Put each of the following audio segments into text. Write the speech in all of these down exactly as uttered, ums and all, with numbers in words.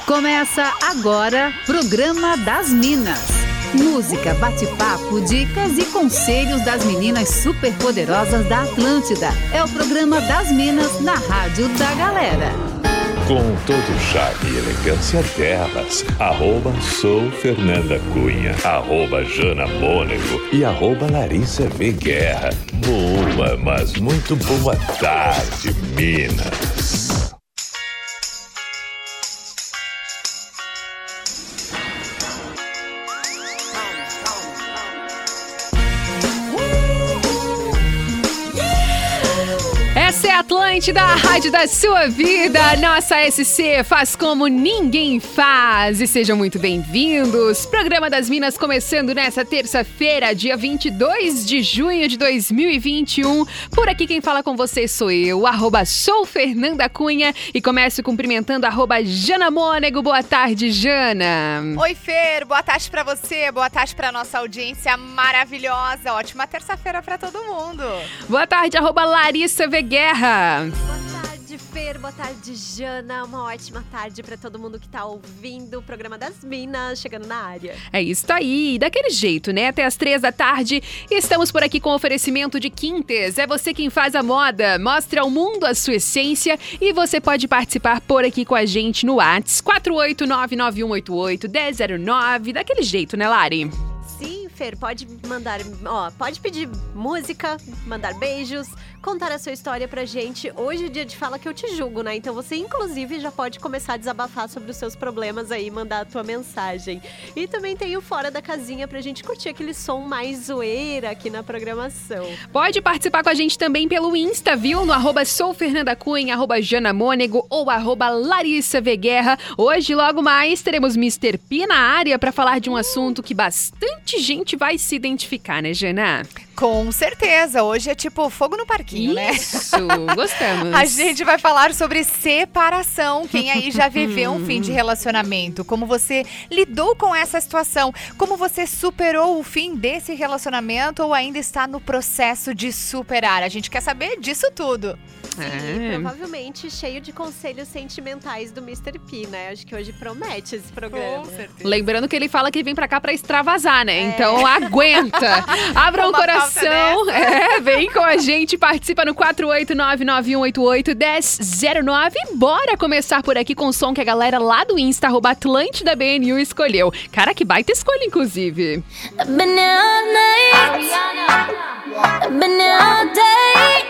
Começa agora, Programa das Minas. Música, bate-papo, dicas e conselhos das meninas superpoderosas da Atlântida. É o Programa das Minas na Rádio da Galera. Com todo o charme e elegância delas, arroba sou Fernanda Cunha, arroba Jana Mônego e arroba Larissa V. Guerra. Boa, mas muito boa tarde, Minas. Essa é a Atlântida, a rádio da sua vida. Nossa S C faz como ninguém faz. E sejam muito bem-vindos. Programa das Minas começando nessa terça-feira, dia vinte e dois de junho de dois mil e vinte e um. Por aqui quem fala com vocês sou eu, arroba sou Fernanda Cunha. E começo cumprimentando arroba Jana Mônego. Boa tarde, Jana. Oi, Fer. Boa tarde pra você. Boa tarde pra nossa audiência maravilhosa. Ótima terça-feira pra todo mundo. Boa tarde, arroba Larissa V. Guerra. Boa tarde, Fer. Boa tarde, Jana. Uma ótima tarde pra todo mundo que tá ouvindo o Programa das Minas, chegando na área. É isso aí, daquele jeito, né? Até as três da tarde, estamos por aqui com oferecimento de Quintes. É você quem faz a moda, mostra ao mundo a sua essência e você pode participar por aqui com a gente no WhatsApp quatro oito nove nove um oito oito um zero zero nove, daquele jeito, né, Lari? Sim, Fer, pode mandar, ó, pode pedir música, mandar beijos, contar a sua história pra gente. Hoje é dia de Fala Que Eu Te Julgo, né? Então você, inclusive, já pode começar a desabafar sobre os seus problemas aí, mandar a tua mensagem. E também tem o Fora da Casinha pra gente curtir aquele som mais zoeira aqui na programação. Pode participar com a gente também pelo Insta, viu? No arroba sou Fernanda Cunha, arroba Jana Mônego ou arroba Larissa V. Guerra. Hoje, logo mais, teremos mister P na área pra falar de um assunto que bastante gente vai se identificar, né, Jana? Com certeza. Hoje é tipo fogo no parquinho, né? Isso, gostamos. A gente vai falar sobre separação. Quem aí já viveu um fim de relacionamento? Como você lidou com essa situação? Como você superou o fim desse relacionamento ou ainda está no processo de superar? A gente quer saber disso tudo. Sim, É. provavelmente cheio de conselhos sentimentais do mister P, né? Acho que hoje promete esse programa. Com certeza. Lembrando que ele fala que vem pra cá pra extravasar, né? Então aguenta. Abra o Uma coração. pauta É, vem com a gente, participa no quatro oito nove nove um oito oito um zero zero nove. Bora começar por aqui com o som que a galera lá do Insta, arroba Atlântida B N U, escolheu. Cara, que baita escolha, inclusive. I've been here all night. I've been here all day.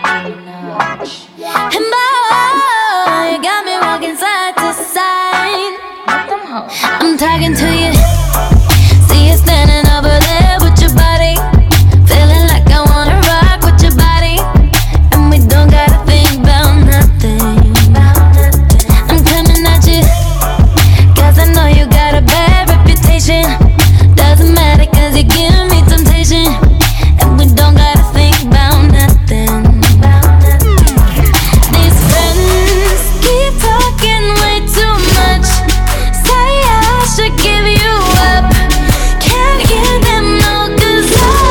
And boy, you got me rocking side to side. I'm talking to you. See you standing over there with your body. Feeling like I wanna rock with your body. And we don't gotta think about nothing. I'm coming at you, cause I know you got a bad reputation. Doesn't matter cause you give me temptation. And we don't gotta think about nothing. These friends keep talking way too much. Say I should give you up. Can't give them no good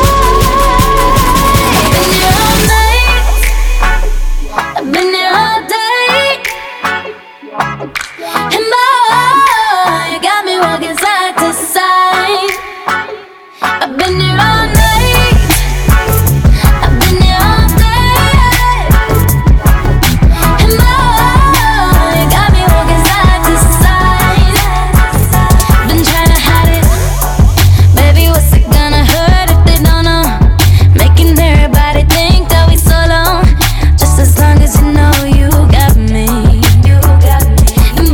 I've been here all night. I've been here all day. And boy, you got me walking side to side. I've been here all night. I've been here all day. And boy, you got me walking side to side. Been trying to hide it. Baby, what's it gonna hurt if they don't know? Making everybody think that we so long. Just as long as you know you got me. You got me. And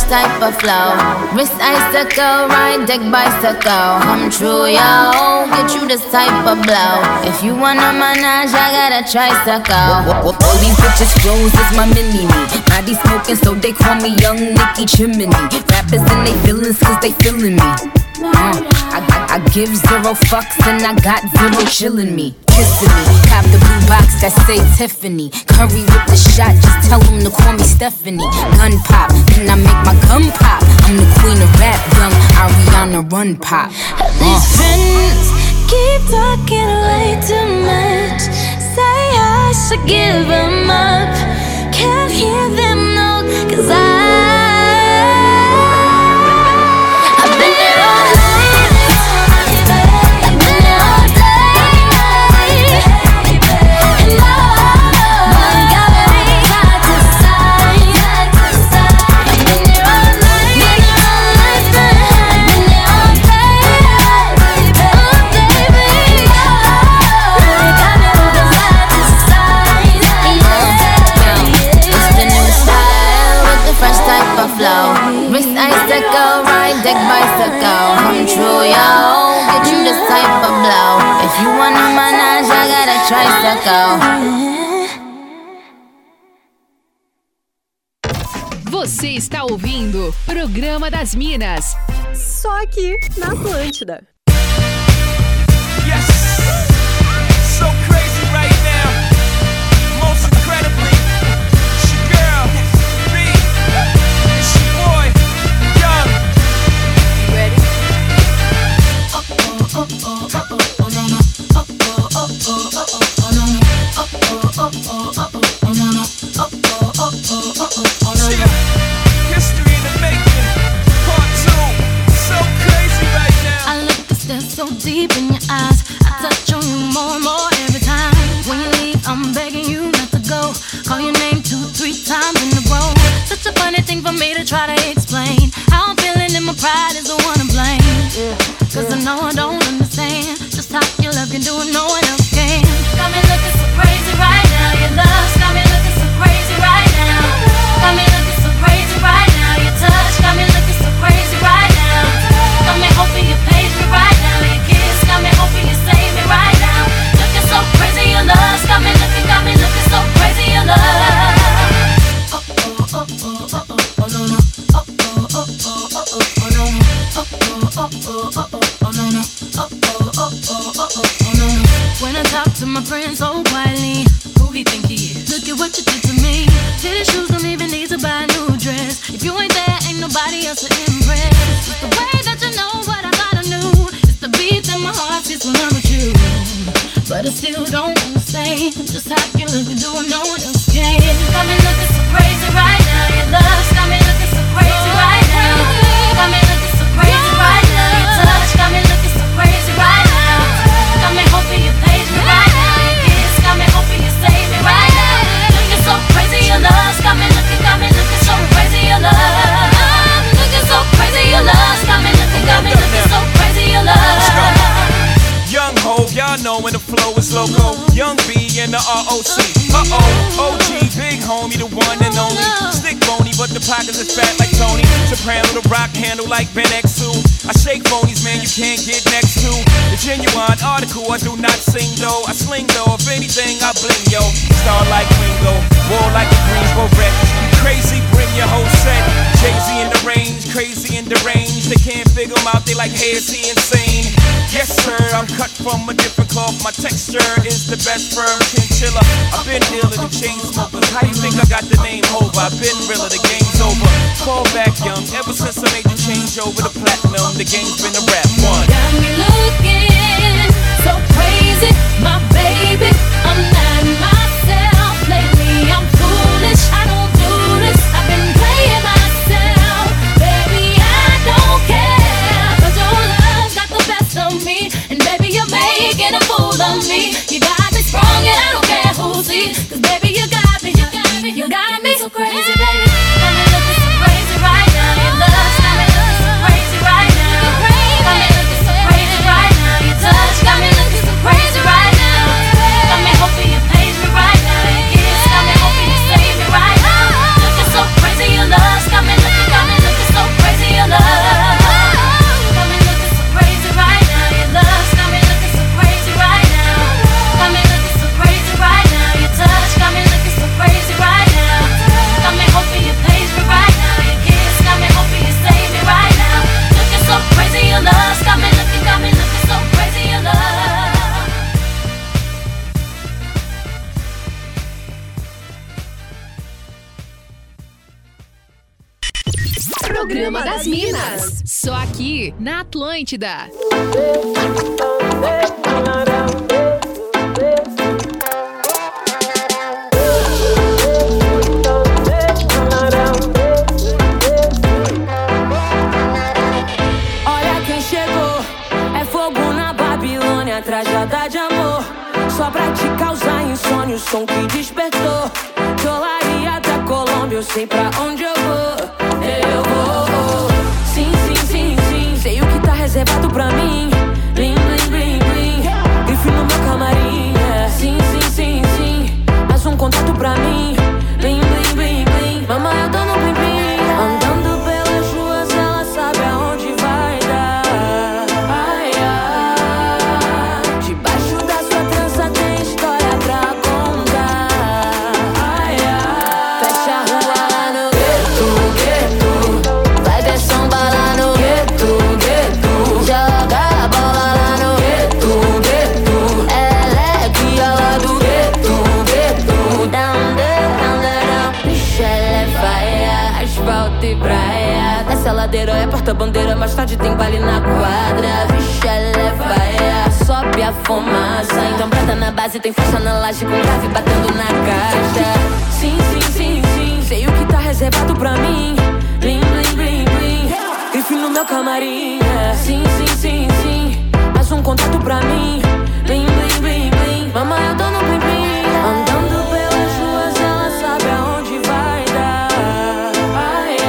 type of flow. Wrist icicle, ride deck bicycle. Come true, yo, get you this type of blow. If you wanna manage, I got a tricycle. All these bitches flows is my mini-me. Body smoking, so they call me Young Nicky Chimney. Rappers and they feelings, cause they feeling me. Uh, I, I, I give zero fucks and I got zero chillin' me. Kissing me, cop the blue box that say Tiffany. Curry with the shot, just tell them to call me Stephanie. Gun pop, then I make my gun pop. I'm the queen of rap, young Ariana Run Pop. uh. These friends keep talking way too much. Say I should give them up. Can't hear them, no, cause I wrist icicle, ride deck bicycle. Come true, yo, get you this type of blow. If you wanna manage, I got a tricycle. Você está ouvindo Programa das Minas. Só aqui na Atlântida. Yes, so crazy right now. Most incredibly, it's your girl, me, it's your boy, Young. You ready? Oh oh oh oh oh oh oh no no. Oh oh oh oh oh oh no no. Oh oh oh oh oh oh no no. Oh oh oh oh oh oh no no. History in the making, part two. So crazy right now. I look to stare so deep in your eyes. I touch on you more and more every time. When you leave, I'm begging you not to go. Call your name two, three times in a row. Such a funny thing for me to try to explain. How I'm feeling and my pride is the one to blame. Cause I know I don't understand just how your love can do it, no one else can. Got me looking so crazy right now. Your love's got me looking so crazy right now. Got me looking so crazy right now. Your touch got me looking so crazy right now. Got me hoping you page me right now. Your kiss got me hoping you save me right now. Looking so crazy, your love's got me looking, got me looking so crazy, your love. Oh oh oh oh oh oh oh no no. Oh oh oh oh oh oh no no. Oh oh oh oh oh oh no no. Oh oh oh oh oh oh no no. When I talk to my friends so quietly, who he think he is? Look at what you did to me. Titty shoes don't even need to buy a new dress. If you ain't there, ain't nobody else to impress. It's the way that you know what I thought I knew. It's the beat that my heart gets when I'm with you. But I still don't understand just how you look and do it, no one else can. Got me looking so crazy right now. Your love's got me looking so crazy right now. Got me looking so crazy right now. Your touch got me looking so crazy right now. Got me hoping you page me right now. Your kiss got me hoping you save me right now. Looking so crazy, your love's got me looking, got me looking so crazy, your love. Looking so crazy, your love's got me looking, got me looking so crazy, your love. Young Hov, y'all know when the flow is loco. Young B and the R O C. Uh-oh, O G, big homie, the one and only. Stick bony, but the pockets is fat like Tony. Soprano, the rock handle like Ben X two. I shake phonies, man, you can't get next to. The genuine article, I do not sing though. I sling though, if anything, I bling yo. Star like Ringo, war like a Greensboro wreck. Crazy, bring your whole set. Jay-Z in the range, crazy in the range. They can't figure him out, they like, hey, is he insane? Yes, sir, I'm cut from a different cloth. My texture is the best firm chinchilla. I've been dealing with chain smokers. How you think I got the name Hov? I've been realer, the game's over. Fall back young, ever since I made the change over to platinum, the game's been a rap one. Got me looking so crazy, my baby. I'm not myself lately. I'm foolish. I don't do this. I've been playing myself, baby. I don't care. 'Cause your love's got the best of me, and baby, you're making a fool of me. You got me strong, and I don't care who sees. 'Cause baby, you got me, you got me, you got me so crazy, baby. Got me looking so crazy right now. Your love's got me looking so crazy right now. Got me looking so crazy right now. Your touch got me looking so crazy right now. Got me hoping you page me right now. Your kiss got me hoping you save me right now. Looking so crazy, your love's got me looking, got me looking Programa das Minas. Só aqui na Atlântida. Olha quem chegou, é fogo na Babilônia, trajada de amor. Só pra te causar insônia, o som que despertou. Dolaria da Colômbia, eu sei pra onde eu vou. Eu vou, sim, sim, sim, sim. Sei o que tá reservado pra mim. Blim, blim, blim, blim. Grife no meu camarim, é. Sim, sim, sim, sim. Mais um contato pra mim. Blim, blim, blim, blim. Mamãe, eu tô no blim, blim. Andando pelas ruas, ela sabe aonde vai dar. Ai, ai. Debaixo da sua trança tem história pra contar. Ai, ai. Fecha a rua lá no gueto, gueto. Vai ver samba lá no gueto, gueto. Joga a bola lá no gueto, gueto. Ela é guia lá do gueto, gueto. Down, down, down. Bicha, ela é faia, asfalto e praia. Nessa ladeira é porta-bandeira, mais tarde tem baile na quadra. Bicha, ela é faia, sobe a fumaça. Então brota na base, tem faixa na laje com grave batendo na caixa. Sim, sim, sim, sim, sei o que tá reservado pra mim. Blim, blim, blim, blim. Grife no meu camarim, é. Sim, sim, sim, sim. Mais um contato pra mim. Blim, blim, blim, blim. Mamãe, eu tô no blim, blim. Andando pelas ruas, ela sabe aonde vai dar. Ai,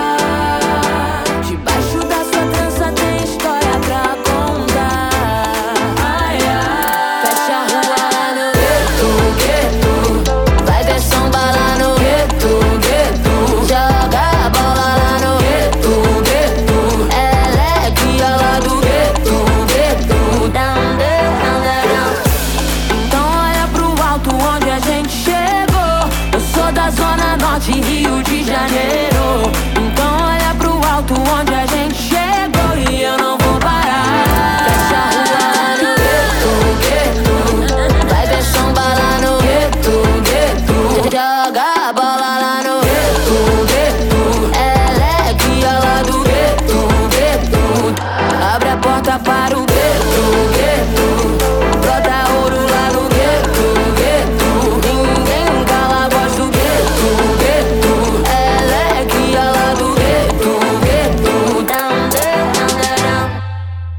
ai. Debaixo da sua trança tem história pra contar. Ai, ai. Fecha a rua lá no gueto, gueto. Vai ver samba lá no gueto, gueto. Joga a bola lá no gueto, gueto. Ela é guia lá do gueto, gueto. Down, down, down. Então olha pro alto onde a gente chegou. Eu sou da Zona Norte, Rio de Janeiro. Então olha pro alto onde a gente chegou. E eu não vou parar. Fecha a rua lá no gueto, gueto. Vai ver samba lá no gueto, gueto. Joga a bola lá no gueto, gueto. Ela é guia lá do gueto, gueto. Abre a porta para o gueto, gueto. Brota ouro lá no gueto, gueto. Ninguém cala a voz do gueto, gueto. Ela é guia lá do gueto, gueto. Down, down, down, down.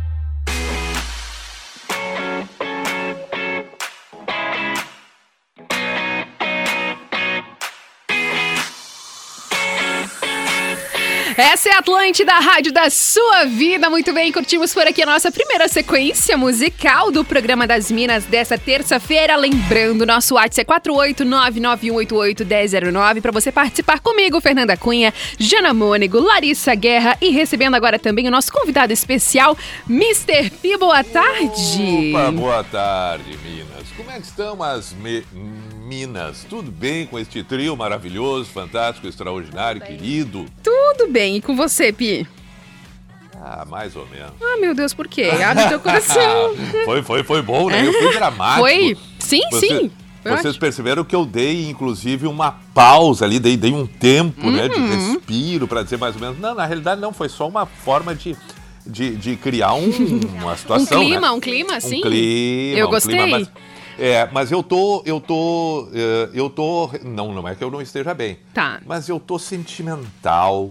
Essa é a Atlântida, a rádio da sua vida. Muito bem, curtimos por aqui a nossa primeira sequência musical do Programa das Minas dessa terça-feira. Lembrando, nosso WhatsApp é quatro oito nove nove um oito oito um zero zero nove para você participar comigo, Fernanda Cunha, Jana Mônego, Larissa Guerra e recebendo agora também o nosso convidado especial, mister P. Boa tarde. Opa, boa tarde, Minas. Como é que estão as me- Minas? Tudo bem com este trio maravilhoso, fantástico, extraordinário, querido? Tudo bem, e com você, Pi? Ah, mais ou menos. Ah, meu Deus, por quê? Abre teu coração. foi, foi, foi bom, né? Eu fui dramático. Foi? Sim, Você- sim. Foi Vocês ótimo. perceberam que eu dei, inclusive, uma pausa ali, dei, dei um tempo, né, de Uhum. respiro, para dizer mais ou menos. Não, na realidade não, foi só uma forma de, de, de criar um, uma situação. Um clima, né? um clima, sim. Um clima, Eu um gostei. clima, mas, é, mas eu tô, eu tô, eh, eu tô, não, não é que eu não esteja bem. Tá. Mas eu tô sentimental.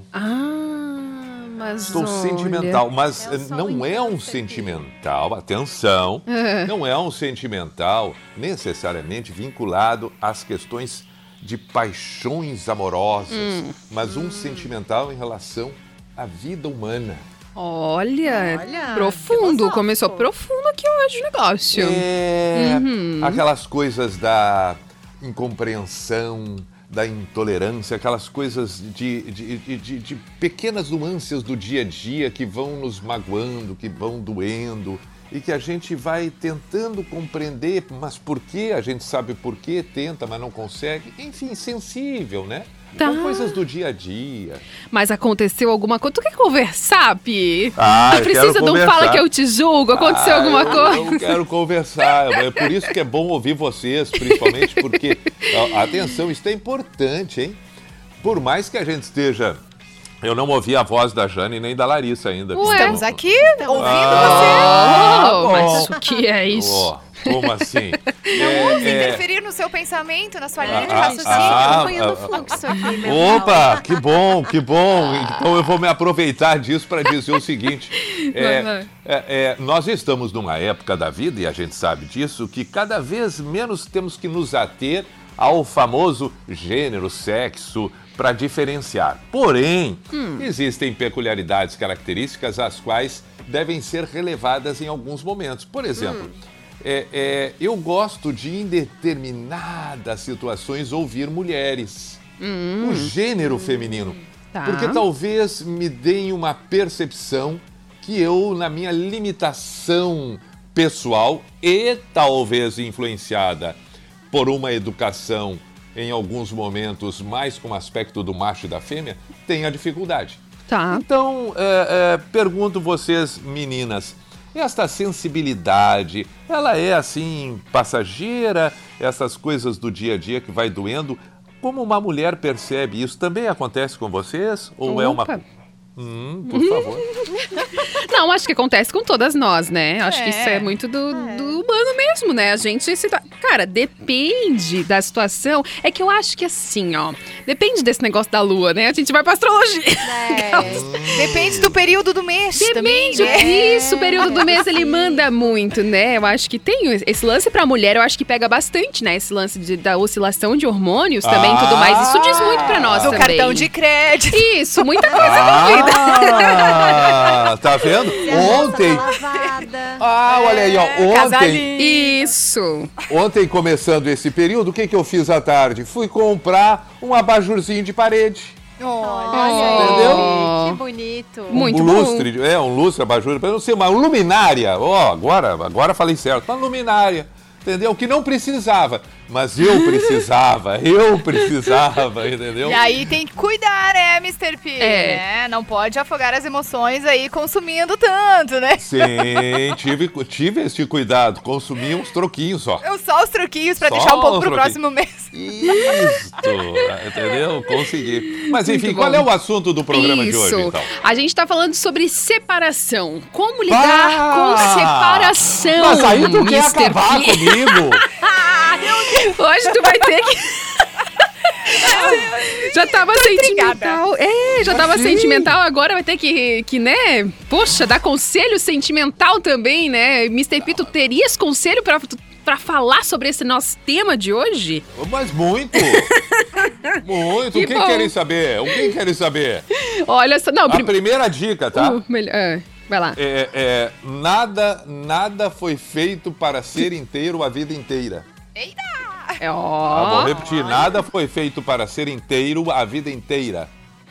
Ah, mas Estou olha... sentimental, mas Atenção, não é um sentimental, atenção, É. não é um sentimental necessariamente vinculado às questões de paixões amorosas, Hum. mas um sentimental em relação à vida humana. Olha, Olha, profundo. filosófico. Começou profundo aqui hoje o negócio. É, Uhum. aquelas coisas da incompreensão, da intolerância, aquelas coisas de, de, de, de- de pequenas nuances do dia a dia que vão nos magoando, que vão doendo e que a gente vai tentando compreender, mas por quê? A gente sabe por quê, tenta, mas não consegue. Enfim, sensível, né? Tá. São coisas do dia a dia. Mas aconteceu alguma coisa? Tu quer conversar, Pi? Ah, Não eu precisa quero de um conversar. fala que eu te julgo. Aconteceu Ah, alguma eu, coisa? Eu quero conversar. É por isso que é bom ouvir vocês, principalmente porque, ó, atenção, isso é importante, hein? Por mais que a gente esteja Eu não ouvi a voz da Jane nem da Larissa ainda. Ué? Estamos aqui ouvindo Ah, Oh, bom. mas o que é isso? Ó, como assim? você. É, Ouve é, interferir no seu pensamento, na sua linha de ah, raciocínio. ah, acompanhando ah, o fluxo aqui, meu Opa, que bom, que bom. Então eu vou me aproveitar disso para dizer o seguinte. É, Vai, vai. é, é, nós estamos numa época da vida, e a gente sabe disso, que cada vez menos temos que nos ater ao famoso gênero, sexo, para diferenciar. Porém, Hum. existem peculiaridades características as quais devem ser relevadas em alguns momentos. Por exemplo, é, é, eu gosto de, em determinadas situações, ouvir mulheres. O gênero feminino. Tá. Porque talvez me deem uma percepção que eu, na minha limitação pessoal e talvez influenciada por uma educação em alguns momentos mais com o aspecto do macho e da fêmea, tenha dificuldade. Tá. Então, é, é, pergunto vocês, meninas, esta sensibilidade, ela é assim, passageira? Essas coisas do dia a dia que vai doendo? Como uma mulher percebe isso? Também acontece com vocês? Ou é uma... Opa. Hum, por favor. Não, acho que acontece com todas nós, né? Acho É. que isso é muito do, do humano mesmo, né? A gente se... Cara, depende da situação. É que eu acho que assim, ó... Depende desse negócio da lua, né? A gente vai pra astrologia. É. Depende do período do mês também, Depende. né? Isso, o período do mês ele manda muito, né? Eu acho que tem esse lance pra mulher, eu acho que pega bastante, né? Esse lance de, da oscilação de hormônios também e tudo mais. Isso diz muito pra nós Do também. cartão de crédito. Isso, muita coisa envolvida. Ah, tá vendo? Ontem... Tá lavada. Ah, olha aí, ó. Ontem, Casalinho. Isso. ontem, começando esse período, o que, que eu fiz à tarde? Fui comprar um abajurzinho de parede. Olha Entendeu? aí, que bonito. Muito um bom. lustre, é, um lustre, abajur, eu não sei, uma luminária. Ó, agora, agora falei certo. Uma luminária, entendeu? Que não precisava, mas eu precisava, eu precisava, entendeu? E aí tem que cuidar, né, mister P? É. Né? Não pode afogar as emoções aí consumindo tanto, né? Sim, tive, tive este cuidado, consumi uns troquinhos só. Eu só os truquinhos pra Só deixar um pouco os pro troquinhos. próximo mês. Isso, entendeu? Consegui. Mas enfim, Muito qual bom. é o assunto do programa Isso. de hoje, então? A gente tá falando sobre separação. Como lidar com Ah! separação, Mas aí tu quer mister acabar P. comigo? Hoje tu vai ter que... Já tava sentimental. É, já tava Assim? sentimental, agora vai ter que, que, né? Poxa, dar conselho sentimental também, né? mister P, tu terias conselho pra, pra falar sobre esse nosso tema de hoje? Mas muito! Muito! Que o que bom. querem saber? O que querem saber? Olha só, não, A prim... primeira dica, tá? Uh, melhor, é, vai lá. É, é, nada, nada foi feito para ser inteiro a vida inteira. É, Ah, vou ó, repetir, nada foi feito para ser inteiro a vida inteira.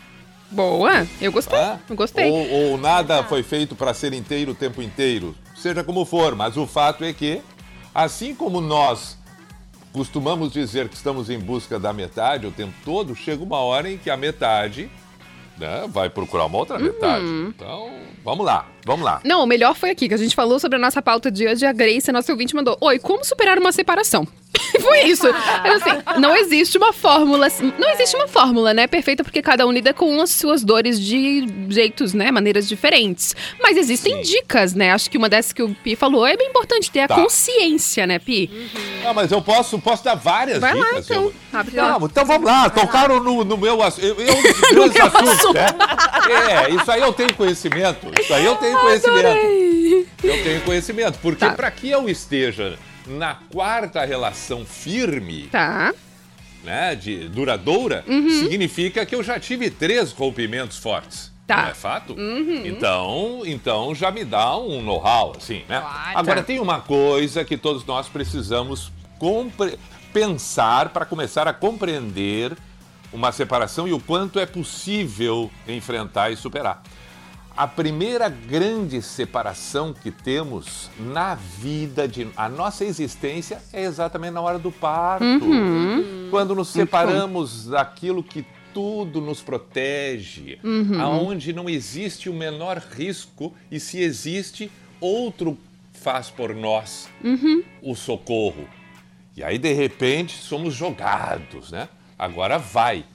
boa, eu gostei, Tá? eu gostei. Ou, ou nada foi feito para ser inteiro o tempo inteiro. Seja como for, mas o fato é que, assim como nós costumamos dizer que estamos em busca da metade o tempo todo, chega uma hora em que a metade, né, vai procurar uma outra metade. Então, vamos lá, vamos lá. Não, o melhor foi aqui, que a gente falou sobre a nossa pauta de hoje, a Grace, a nossa ouvinte, mandou: Oi, como superar uma separação? Foi isso. Eu, assim, não existe uma fórmula, não existe uma fórmula, né, perfeita, porque cada um lida com as suas dores de jeitos, né, maneiras diferentes. Mas existem Sim. dicas, né, acho que uma dessas que o Pi falou é bem importante, ter a Tá. consciência, né, Pi? Não, mas eu posso, posso dar várias Vai lá, dicas. então. eu- Abre lá. Não, então vamos lá, tocaram no, no meu assunto. Eu, eu, meus assuntos, né? É, isso aí eu tenho conhecimento. Isso aí eu tenho conhecimento. Adorei. Eu tenho conhecimento. Porque Tá. para que eu esteja na quarta relação firme, Tá. né, de duradoura, significa que eu já tive três rompimentos fortes. Tá. Não é fato? Então, então já me dá um know-how, assim, né? Claro. Agora, Tá. tem uma coisa que todos nós precisamos compre- pensar para começar a compreender uma separação e o quanto é possível enfrentar e superar. A primeira grande separação que temos na vida, de a nossa existência, é exatamente na hora do parto. Quando nos separamos daquilo que tudo nos protege, aonde não existe o menor risco e se existe, outro faz por nós o socorro. E aí, de repente, somos jogados, né? Agora vai.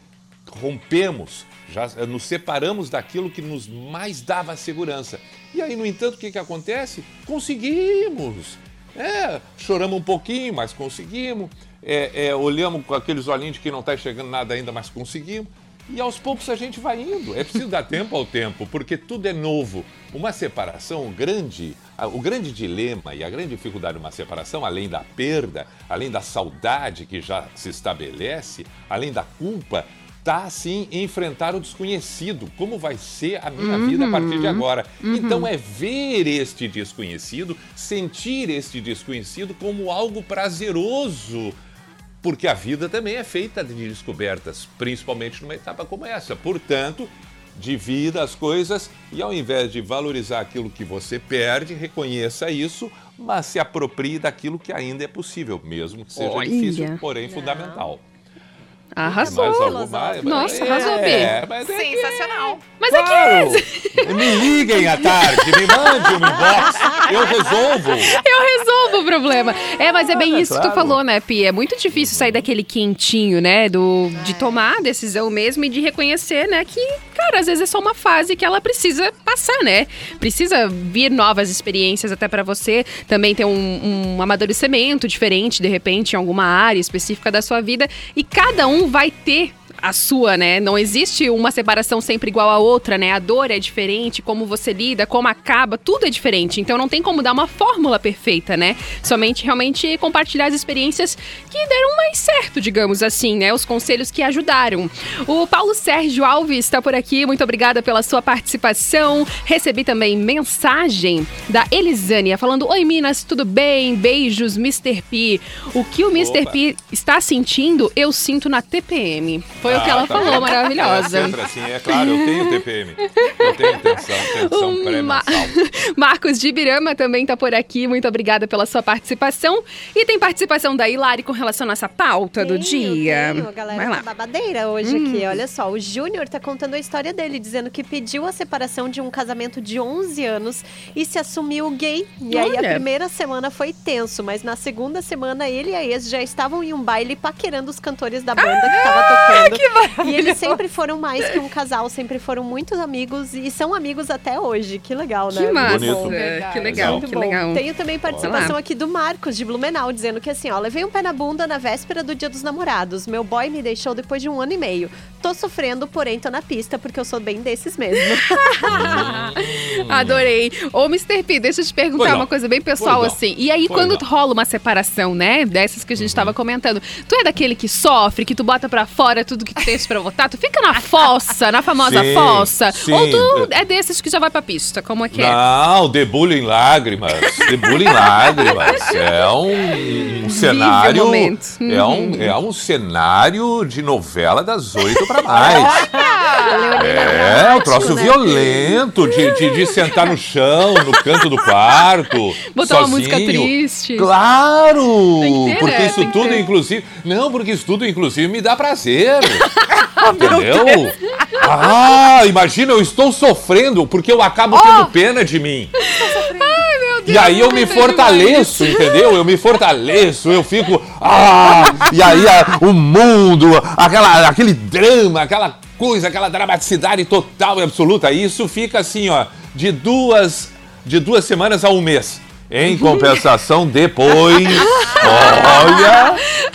rompemos, já nos separamos daquilo que nos mais dava segurança. E aí, no entanto, o que, que acontece? Conseguimos. É, choramos um pouquinho, mas conseguimos. É, é, olhamos com aqueles olhinhos de que não está chegando nada ainda, mas conseguimos. E aos poucos a gente vai indo. É preciso dar tempo ao tempo, porque tudo é novo. Uma separação, o grande, o grande dilema e a grande dificuldade de uma separação, além da perda, além da saudade que já se estabelece, além da culpa, está, sim, em enfrentar o desconhecido. Como vai ser a minha uhum, vida a partir de agora? Uhum. Então é ver este desconhecido, sentir este desconhecido como algo prazeroso. Porque a vida também é feita de descobertas, principalmente numa etapa como essa. Portanto, divida as coisas e, ao invés de valorizar aquilo que você perde, reconheça isso, mas se aproprie daquilo que ainda é possível, mesmo que seja Olha. difícil, porém Não. fundamental. Arrasou. Alguma... Nossa, é, arrasou, Pi. É, mas é Sensacional. Que... Mas claro. é que... Me liguem à tarde, me mande um inbox, eu resolvo. Eu resolvo o problema. É, mas é bem ah, isso claro. que tu falou, né, Pi? É muito difícil sair daquele quentinho, né, do, de tomar a decisão mesmo e de reconhecer, né, que, cara, às vezes é só uma fase que ela precisa passar, né? Precisa vir novas experiências até pra você também ter um, um amadurecimento diferente, de repente, em alguma área específica da sua vida. E cada um vai ter a sua, né? Não existe uma separação sempre igual a outra, né? A dor é diferente, como você lida, como acaba, tudo é diferente. Então não tem como dar uma fórmula perfeita, né? Somente realmente compartilhar as experiências que deram mais certo, digamos assim, né? Os conselhos que ajudaram. O Paulo Sérgio Alves está por aqui, muito obrigada pela sua participação. Recebi também mensagem da Elisânia falando: oi Minas, tudo bem? Beijos, mister P. O que o mister Opa. P está sentindo, eu sinto na T P M. Foi ah, o que ela tá falou, bem. Maravilhosa. É sempre assim, é claro, eu tenho T P M. Eu tenho tensão, tensão pré-mensal. Marcos de Ibirama também tá por aqui, muito obrigada pela sua participação. E tem participação da Hilari com relação a essa pauta tenho, do dia. Tenho, a galera tá babadeira hoje hum. aqui, olha só. O Júnior tá contando a história dele, dizendo que pediu a separação de um casamento de onze anos e se assumiu gay. E olha. Aí a primeira semana foi tenso, mas na segunda semana ele e a ex já estavam em um baile paquerando os cantores da banda ah, que tava tocando. Que e eles sempre foram mais que um casal, sempre foram muitos amigos e são amigos até hoje. Que legal, né? Que massa, Bonito. que legal, Muito que bom. legal. Tenho também participação aqui do Marcos, de Blumenau, dizendo que assim, ó, levei um pé na bunda na véspera do Dia dos Namorados. Meu boy me deixou depois de um ano e meio. Tô sofrendo, porém tô na pista, porque eu sou bem desses mesmo. Adorei. Ô, mister P, deixa eu te perguntar uma coisa bem pessoal, assim. E aí, Foi quando não. rola uma separação, né, dessas que a gente uhum. tava comentando, tu é daquele que sofre, que tu bota pra fora tudo que tu tem pra votar? Tu fica na fossa, na famosa sim, fossa? Sim. Ou tu é desses que já vai pra pista? Como é que é? Não, debulho em lágrimas. Debulho em lágrimas. É um, um cenário... Uhum. É, um, é um cenário de novela das oito pra mais. É, um troço né? violento de, de, de sentar no chão, no canto do quarto, botar sozinho. Uma música triste. Claro! Ter, porque né? isso tudo, inclusive... Não, porque isso tudo, inclusive, me dá prazer. Entendeu? Ah, imagina, eu estou sofrendo porque eu acabo oh. tendo pena de mim. Ai, meu Deus, e aí eu me fortaleço, entendeu? Eu me fortaleço, eu fico... Ah, e aí a, o mundo, aquela, aquele drama, aquela coisa, aquela dramaticidade total e absoluta. Isso fica assim, ó, de duas, de duas semanas a um mês. Em compensação, depois, olha...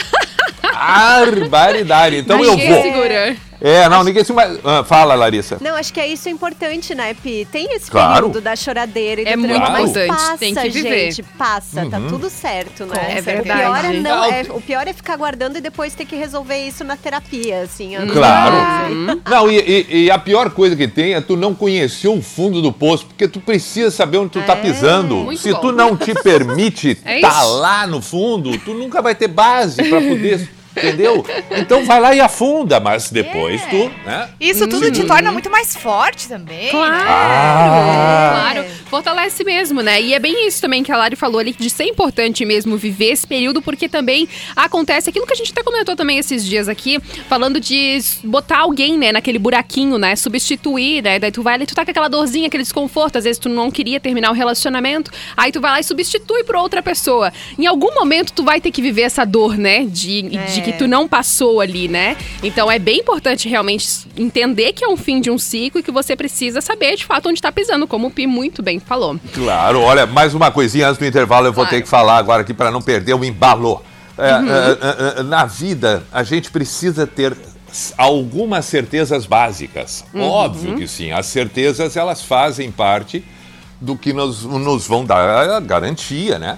Barbaridade. Então Mas eu vou. Segura. É, não, ninguém se... Ah, fala, Larissa. Não, acho que é isso importante, né, Pi? Tem esse claro. período da choradeira e do é drama, muito mas importante, passa, tem que viver. gente, passa, uhum. tá tudo certo, né? É verdade. O pior é, não, é, o pior é ficar guardando e depois ter que resolver isso na terapia, assim. Claro. Uhum. Não, e, e, e a pior coisa que tem é tu não conhecer o fundo do poço, porque tu precisa saber onde tu é, tá pisando. muito Se bom. tu não te permite é tá lá no fundo, tu nunca vai ter base pra poder... Entendeu? Então vai lá e afunda, mas depois é. tu, né? Isso tudo te torna muito mais forte também. Claro, né? Ah. claro. Fortalece mesmo, né? E é bem isso também que a Lari falou ali, de ser importante mesmo viver esse período, porque também acontece aquilo que a gente até comentou também esses dias aqui, falando de botar alguém, né, naquele buraquinho, né? Substituir, né? Daí tu vai ali, tu tá com aquela dorzinha, aquele desconforto, às vezes tu não queria terminar o relacionamento, aí tu vai lá e substitui por outra pessoa. Em algum momento tu vai ter que viver essa dor, né? De, é. de que tu não passou ali, né? Então é bem importante realmente entender que é um fim de um ciclo e que você precisa saber de fato onde tá pisando, como o Pi muito bem falou. Claro, olha, mais uma coisinha antes do intervalo eu vou Claro. ter que falar agora aqui para não perder o embalo. É, Uhum. é, é, na vida, a gente precisa ter algumas certezas básicas. Uhum. Óbvio que sim, as certezas elas fazem parte do que nos, nos vão dar a garantia, né?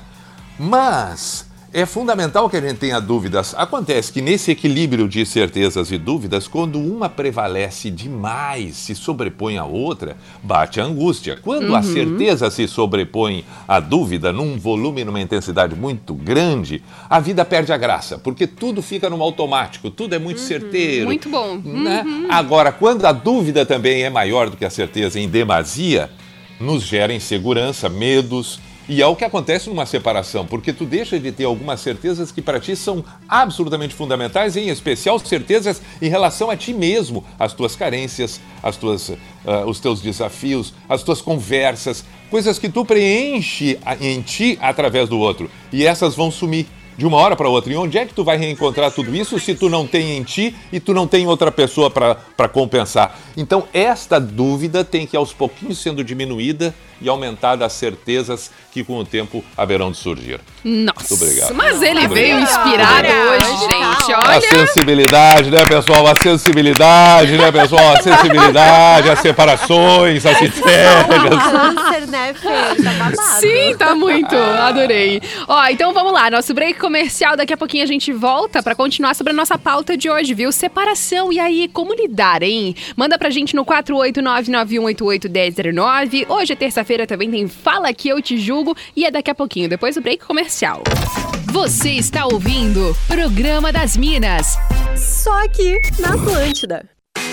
Mas é fundamental que a gente tenha dúvidas. Acontece que nesse equilíbrio de certezas e dúvidas, quando uma prevalece demais, se sobrepõe à outra, bate a angústia. Quando Uhum. a certeza se sobrepõe à dúvida num volume e numa intensidade muito grande, a vida perde a graça, porque tudo fica no automático, tudo é muito certeiro. Muito bom. Né? Agora, quando a dúvida também é maior do que a certeza em demasia, nos gera insegurança, medos, e é o que acontece numa separação, porque tu deixa de ter algumas certezas que para ti são absolutamente fundamentais, em especial certezas em relação a ti mesmo, as tuas carências, as tuas, uh, os teus desafios, as tuas conversas, coisas que tu preenche em ti através do outro, e essas vão sumir de uma hora para outra. E onde é que tu vai reencontrar tudo isso se tu não tem em ti e tu não tem outra pessoa para compensar? Então, esta dúvida tem que, aos pouquinhos, sendo diminuída e aumentada as certezas que, com o tempo, haverão de surgir. Nossa, Muito obrigado. mas ele Muito veio obrigado. inspirado Obrigado. hoje, gente. A Olha, sensibilidade, né, pessoal? A sensibilidade, né, pessoal? A sensibilidade, as separações, as entregas. Câncer, né, Fê? Tá babado. sim, tá muito. Adorei. Ó, então vamos lá. Nosso break comercial. Daqui a pouquinho a gente volta pra continuar sobre a nossa pauta de hoje, viu? Separação. E aí, como lidar, hein? Manda pra gente no quatro oito nove nove um oito oito um zero zero nove. Hoje é terça-feira, também tem Fala Que Eu Te Julgo. E é daqui a pouquinho, depois do break comercial. Você está ouvindo Programa das Minas. Só aqui na Atlântida.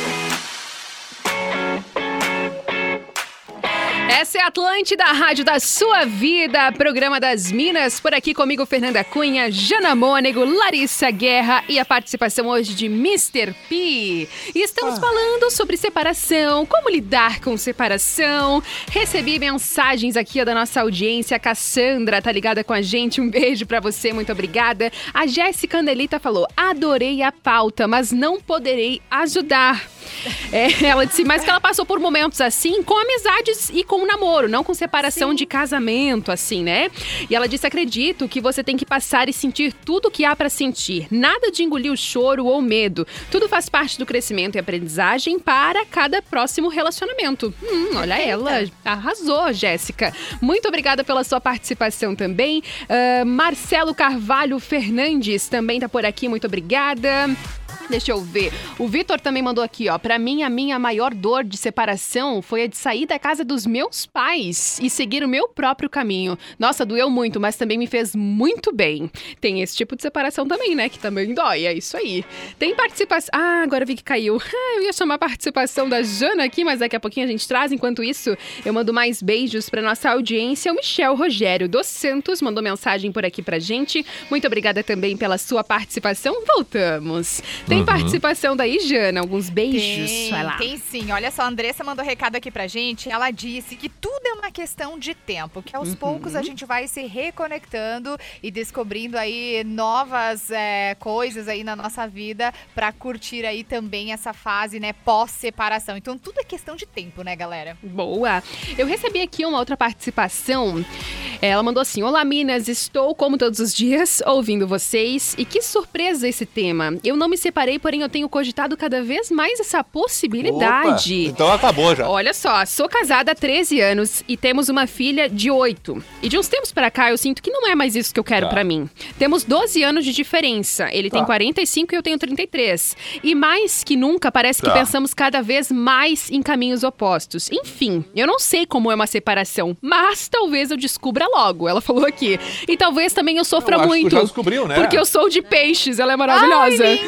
Essa é a Atlântida, a rádio da sua vida, programa das Minas. Por aqui comigo, Fernanda Cunha, Jana Mônego, Larissa Guerra e a participação hoje de mister P. E estamos falando sobre separação, como lidar com separação. Recebi mensagens aqui ó, da nossa audiência. A Cassandra tá ligada com a gente. Um beijo pra você, muito obrigada. A Jéssica Anelita falou, adorei a pauta, mas não poderei ajudar. É, ela disse, mas que ela passou por momentos assim com amizades e com namoro, não com separação Sim. de casamento, assim, né? E ela disse, acredito que você tem que passar e sentir tudo o que há pra sentir. Nada de engolir o choro ou medo. Tudo faz parte do crescimento e aprendizagem para cada próximo relacionamento. Hum, olha ela, arrasou, Jéssica. Muito obrigada pela sua participação também. Uh, Marcelo Carvalho Fernandes também tá por aqui, muito obrigada. Deixa eu ver. O Vitor também mandou aqui, ó. Pra mim, a minha maior dor de separação foi a de sair da casa dos meus pais e seguir o meu próprio caminho. Nossa, doeu muito, mas também me fez muito bem. Tem esse tipo de separação também, né? Que também dói, é isso aí. Tem participação... Ah, agora vi que caiu. Ah, eu ia chamar a participação da Jana aqui, mas daqui a pouquinho a gente traz. Enquanto isso, eu mando mais beijos pra nossa audiência. O Michel Rogério dos Santos mandou mensagem por aqui pra gente. Muito obrigada também pela sua participação. Voltamos. Tem participação daí, Jana? Alguns beijos? Tem, Vai lá. tem sim. Olha só, a Andressa mandou recado aqui pra gente. Ela disse que tudo é uma questão de tempo, que aos Uhum. poucos a gente vai se reconectando e descobrindo aí novas é, coisas aí na nossa vida pra curtir aí também essa fase, né, pós-separação. Então tudo é questão de tempo, né, galera? Boa! Eu recebi aqui uma outra participação. Ela mandou assim, olá Minas, estou como todos os dias ouvindo vocês e que surpresa esse tema. Eu não me separei, porém eu tenho cogitado cada vez mais essa possibilidade. Opa, então acabou já. Olha só, sou casada há treze anos e temos uma filha de oito. E de uns tempos pra cá eu sinto que não é mais isso que eu quero Tá. pra mim. Temos doze anos de diferença. Ele tem Tá. quarenta e cinco e eu tenho trinta e três. E mais que nunca, parece que Tá. pensamos cada vez mais em caminhos opostos. Enfim, eu não sei como é uma separação, mas talvez eu descubra logo, ela falou aqui. E talvez também eu sofra Eu acho que tu muito. já descobriu, né? Porque eu sou de peixes, ela é maravilhosa. Ai, linda! A gente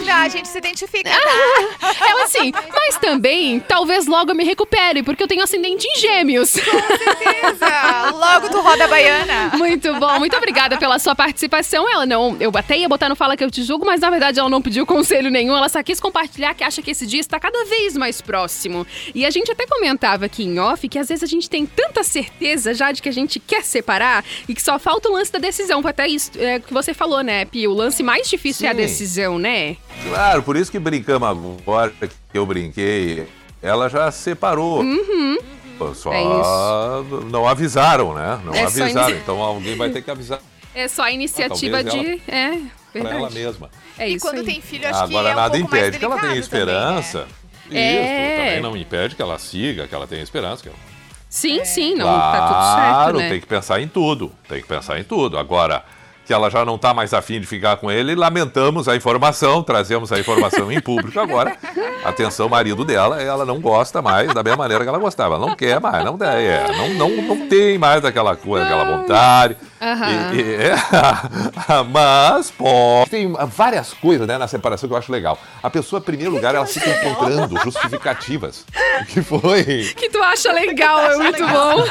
gente se identifica, tá? Ela assim, mas também, talvez logo eu me recupere, porque eu tenho ascendente em gêmeos. Com certeza. Logo tu roda a baiana. Muito bom, muito obrigada pela sua participação. Ela não, eu até ia botar no Fala Que Eu Te Julgo, mas na verdade ela não pediu conselho nenhum. Ela só quis compartilhar que acha que esse dia está cada vez mais próximo. E a gente até comentava aqui em off que às vezes a gente tem tanta certeza já de que a gente quer separar e que só falta o lance da decisão. Foi até isso é, que você falou, né, Pi? O lance mais difícil Sim. é a decisão, né? Claro, por isso que brincamos agora, que eu brinquei. Ela já separou. Uhum. Só é não avisaram, né? Não é avisaram. Inici... Então alguém vai ter que avisar. É só a iniciativa ah, de... É, para ela mesma. É isso e quando aí. tem filho, acho Agora, que é um nada pouco impede que ela tenha esperança. Também, né? Isso, é. também não impede que ela siga, que ela tenha esperança. Que ela... Sim, é. sim, não, claro, tá tudo certo, Claro, né? tem que pensar em tudo. Tem que pensar em tudo. Agora... que ela já não está mais afim de ficar com ele, lamentamos a informação, trazemos a informação em público agora. Atenção, marido dela, ela não gosta mais da mesma maneira que ela gostava. Ela não quer mais, não, é, não, não, não tem mais aquela coisa, aquela vontade. Uhum. E, e, é, mas, pô, tem várias coisas, né, na separação que eu acho legal. A pessoa, em primeiro lugar, ela fica encontrando justificativas. O que foi? Que tu acha legal, é muito bom.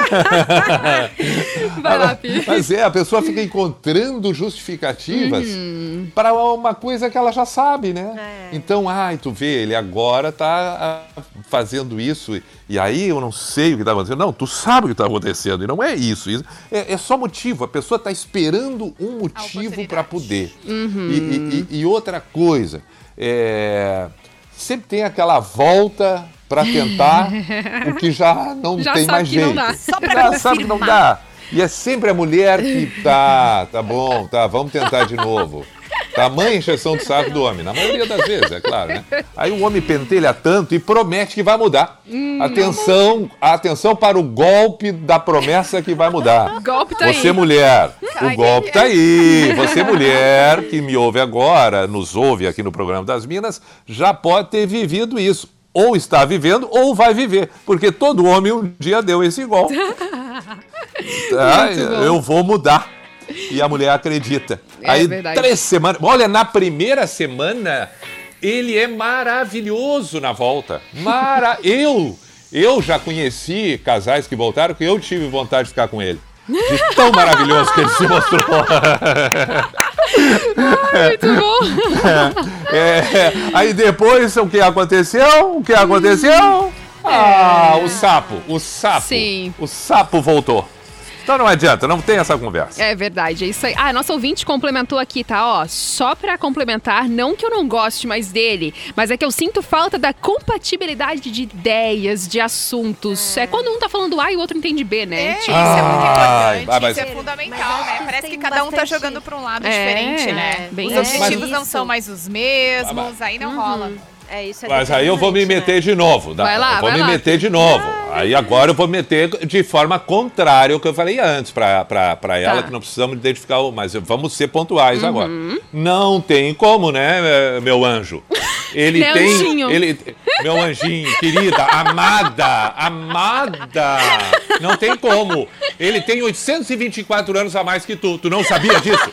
Vai lá, Pi. Mas é, a pessoa fica encontrando justificativas uhum. para uma coisa que ela já sabe, né? É. Então, ai, tu vê, ele agora tá fazendo isso e, e aí eu não sei o que tá acontecendo. Não, tu sabe o que tá acontecendo e não é isso. isso é, é só motivo, a pessoa tá esperando um motivo para poder. Uhum. E, e, e outra coisa, é, sempre tem aquela volta para tentar o que já não já tem mais que jeito. Não dá. Só pra já sabe que não dá. E é sempre a mulher que tá, tá bom, tá, vamos tentar de novo. Tamanha encheção de saco do homem, na maioria das vezes, é claro, né? Aí o homem pentelha tanto e promete que vai mudar. Hum, atenção, atenção para o golpe da promessa que vai mudar. Golpe tá Você aí. mulher, o golpe tá aí. Você mulher que me ouve agora, nos ouve aqui no programa das Minas, já pode ter vivido isso. Ou está vivendo ou vai viver, porque todo homem um dia deu esse golpe. Tá, eu vou mudar. E a mulher acredita. É Aí verdade. três semanas. Olha, na primeira semana, ele é maravilhoso na volta. Mara... eu, eu já conheci casais que voltaram que eu tive vontade de ficar com ele. De tão maravilhoso que ele se mostrou. Ah, muito bom. É, é, aí depois, o que aconteceu? O que aconteceu? Ah, o sapo, o sapo. Sim. O sapo voltou. Então não adianta, não tem essa conversa. É verdade, é isso aí. Ah, nosso ouvinte complementou aqui, tá? Ó, só pra complementar, não que eu não goste mais dele, mas é que eu sinto falta da compatibilidade de ideias, de assuntos. É, é quando um tá falando A e o outro entende B, né? É, Tipo, isso é muito importante, ah, mas... isso é fundamental, Mas né? que Parece que tem cada um tá bastante... jogando pra um lado É, diferente, né? bem Os é. objetivos Mas... não são mais os mesmos, aí não rola. É, isso é Mas aí eu vou me meter né? de novo. Tá? Vai lá, eu vou vai me lá. meter de novo. Aí agora eu vou meter de forma contrária ao que eu falei antes pra, pra, pra ela, Tá. que não precisamos identificar, o- mas vamos ser pontuais Uhum. agora. Não tem como, né, meu anjo? Ele Meu tem. anjinho. Ele, meu anjinho, querida, amada, amada. Não tem como. Ele tem oitocentos e vinte e quatro anos a mais que tu. Tu não sabia disso?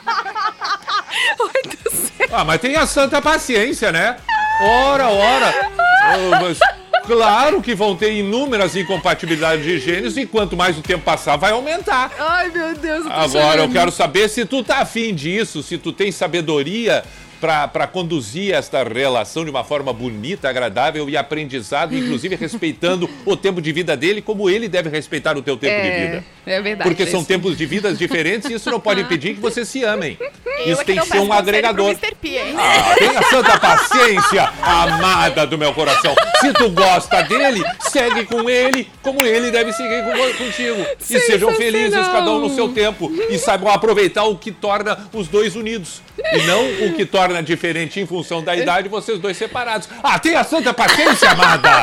Ah, mas tem a santa paciência, né? Ora, ora. Oh, mas claro que vão ter inúmeras incompatibilidades de gênios e quanto mais o tempo passar, vai aumentar. Ai, meu Deus, eu tô Agora, eu chorando. quero saber se tu tá afim disso, se tu tem sabedoria para conduzir esta relação de uma forma bonita, agradável e aprendizado, inclusive respeitando o tempo de vida dele, como ele deve respeitar o teu tempo de vida. É verdade. Porque são isso. tempos de vidas diferentes e isso não pode impedir que vocês se amem. Eu Isso é que tem não que ser peço um conselho agregador. pro mister P, hein? Ah, tenha santa paciência, amada do meu coração. Se tu gosta dele, segue com ele como ele deve seguir com, contigo. E sejam felizes, cada um no seu tempo. E saibam aproveitar o que torna os dois unidos. E não o que torna diferente em função da idade, vocês dois separados. Ah, tenha santa paciência, amada!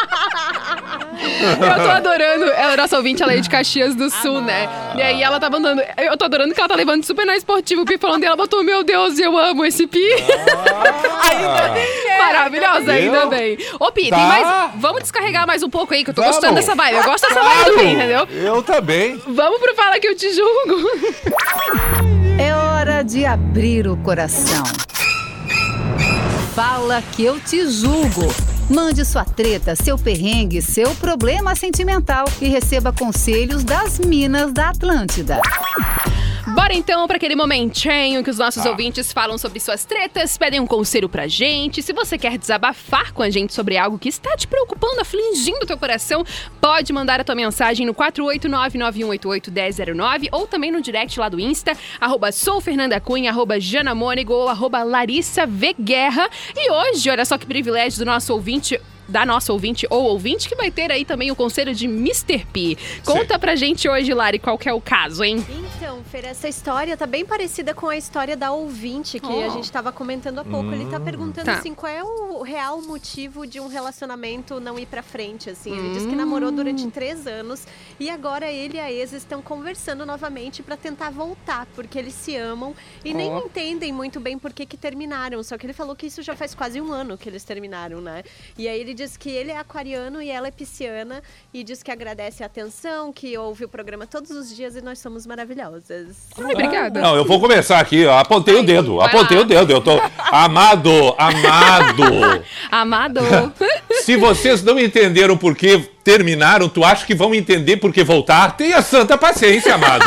Eu tô adorando. Ela é nossa ouvinte, ela é de Caxias do Sul, né? E aí ela tá mandando. Eu tô adorando que ela tá levando super na esportivo. O Pi falando dela, botou, meu Deus, eu amo esse Pi. Ainda bem, né? Maravilhosa, ainda Eu? bem. Ô, Pi, Tá. tem mais. Vamos descarregar mais um pouco aí, que eu tô Vamos. gostando dessa vibe. Eu gosto dessa vibe do Pi, entendeu? Eu também. Vamos pro Fala Que Eu Te Julgo. É hora de abrir o coração. Fala que eu te julgo. Mande sua treta, seu perrengue, seu problema sentimental e receba conselhos das Minas da Atlântida. Bora então para aquele momentinho que os nossos ah. ouvintes falam sobre suas tretas, pedem um conselho pra gente. Se você quer desabafar com a gente sobre algo que está te preocupando, afligindo teu coração, pode mandar a tua mensagem no quatro oito nove, nove um oito oito, um zero zero nove ou também no direct lá do Insta, arroba soufernandacunha, arroba janamônego ou arroba Larissa V Guerra. E hoje, olha só que privilégio do nosso ouvinte, da nossa ouvinte ou ouvinte, que vai ter aí também o conselho de mister P. Conta Sim. pra gente hoje, Lari, qual que é o caso, hein? Então, Fer, essa história tá bem parecida com a história da ouvinte, que oh. a gente tava comentando há pouco. Hum, Ele tá perguntando, tá. assim, qual é o real motivo de um relacionamento não ir pra frente, assim. Ele hum. diz que namorou durante três anos e agora ele e a ex estão conversando novamente pra tentar voltar, porque eles se amam e oh. nem entendem muito bem por que que terminaram. Só que ele falou que isso já faz quase um ano que eles terminaram, né? E aí ele diz que ele é aquariano e ela é pisciana e diz que agradece a atenção, que ouve o programa todos os dias e nós somos maravilhosas. Ai, obrigada. Não, eu vou começar aqui, ó, apontei Ai, o dedo, apontei lá. o dedo, eu tô amado, amado. Amado. Se vocês não entenderam por que terminaram, tu acha que vão entender por que voltar? Tenha santa paciência, amado.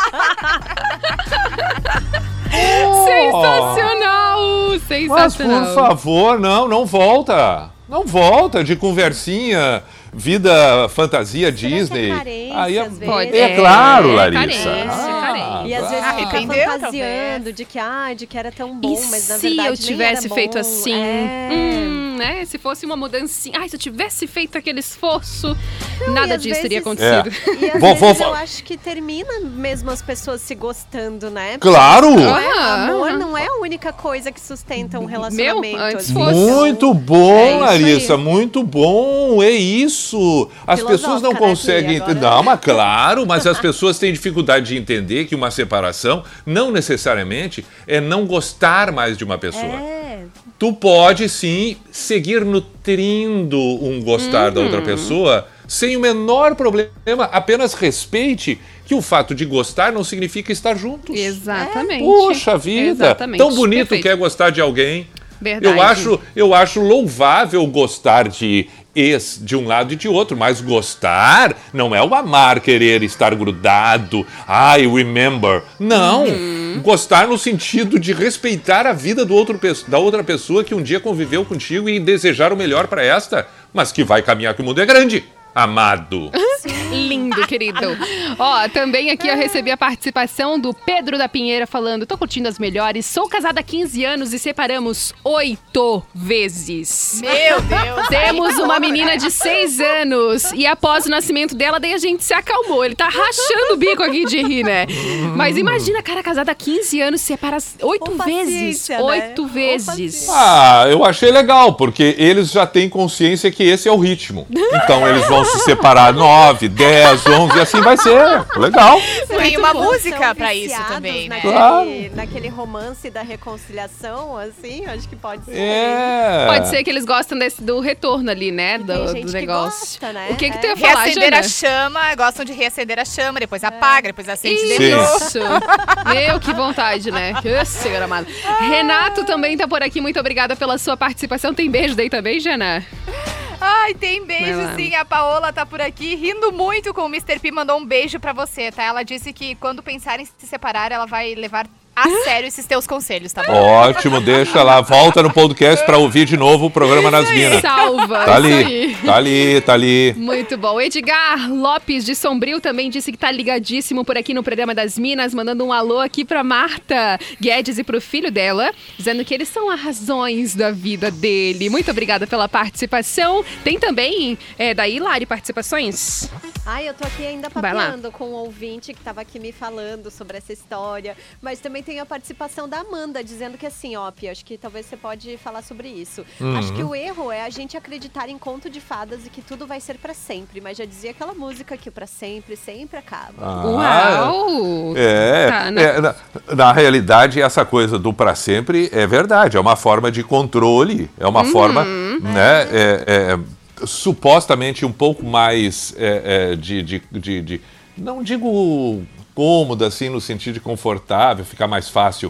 Sensacional, oh. sensacional. Mas, por favor, não, não volta. Não volta de conversinha, vida, fantasia, Será Disney. É carência, Aí é, às vezes? Pode, é claro, é, Larissa. Carência, ah, carência. E às vezes ah, fica fantasiando de que, ah, de que era tão bom, e mas na se verdade eu tivesse feito bom. assim? É. Hum, né? Se fosse uma mudancinha. Ai, se eu tivesse feito aquele esforço, não, nada disso vezes, teria acontecido. É. E às vou, vezes vou, eu acho que termina mesmo as pessoas se gostando, né? Claro! Não é, amor não é a única coisa que sustenta um relacionamento. Meu, antes fosse. Muito bom, é Larissa, aí. muito bom, é isso. As pessoas não conseguem entender. Não, mas claro, mas as pessoas têm dificuldade de entender que uma separação não necessariamente é não gostar mais de uma pessoa. É. Tu pode sim seguir nutrindo um gostar uhum. da outra pessoa sem o menor problema, apenas respeite que o fato de gostar não significa estar juntos. Exatamente. Poxa vida, Exatamente. tão bonito Perfeito. que é gostar de alguém. Verdade. Eu acho, eu acho louvável gostar de ex de um lado e de outro, mas gostar não é o amar, querer estar grudado, I remember. Não, uhum. gostar no sentido de respeitar a vida do outro, da outra pessoa que um dia conviveu contigo e desejar o melhor para esta, mas que vai caminhar que o mundo é grande. Amado. Lindo, querido. Ó, também aqui eu recebi a participação do Pedro da Pinheira falando: tô curtindo as melhores, sou casada há quinze anos e separamos oito vezes. Meu Deus. Temos uma menina de seis anos e após o nascimento dela, daí a gente se acalmou. Ele tá rachando o bico aqui de rir, né? Mas imagina, cara, casada há quinze anos, separa oito vezes. Né? Oito vezes. Ah, eu achei legal, porque eles já têm consciência que esse é o ritmo. Então eles vão se separar nove, dez, onze, e assim vai ser. Legal. Tem uma música pra isso também, né? Naquele, claro. naquele romance da reconciliação, assim, acho que pode ser. É. Pode ser que eles gostam desse, do retorno ali, né? Do, tem gente do negócio. Que gosta, né? O que que é. tu ia falar, Reacender Jana? a chama, gostam de reacender a chama, depois apaga, depois acende de Sim. novo. Isso. Meu, que vontade, né? Que senhor amado. Renato também tá por aqui. Muito obrigada pela sua participação. Tem beijo daí também, Jana? Ai, tem beijo sim. A Paola tá por aqui rindo muito com o mister P. Mandou um beijo pra você, tá? Ela disse que quando pensar em se separar, ela vai levar a sério esses teus conselhos, tá bom? Ótimo, deixa lá. Volta no podcast pra ouvir de novo o programa Nas Minas. Salva. Tá ali, isso aí. tá ali, tá ali. Muito bom. Edgar Lopes de Sombrio também disse que tá ligadíssimo por aqui no programa das Minas, mandando um alô aqui pra Marta Guedes e pro filho dela, dizendo que eles são as razões da vida dele. Muito obrigada pela participação. Tem também, é, daí, Lari, participações? Ai, eu tô aqui ainda papeando com um ouvinte que tava aqui me falando sobre essa história, mas também tem a participação da Amanda, dizendo que assim, ó, Pia, acho que talvez você pode falar sobre isso. Uhum. Acho que o erro é a gente acreditar em conto de fadas e que tudo vai ser pra sempre, mas já dizia aquela música que o pra sempre sempre acaba. Ah, Uau! É, Tá, né? é na, na realidade, essa coisa do pra sempre é verdade, é uma forma de controle, é uma Uhum. forma, né, é, é, supostamente um pouco mais é, é, de, de, de, de, não digo cômoda assim no sentido de confortável, ficar mais fácil,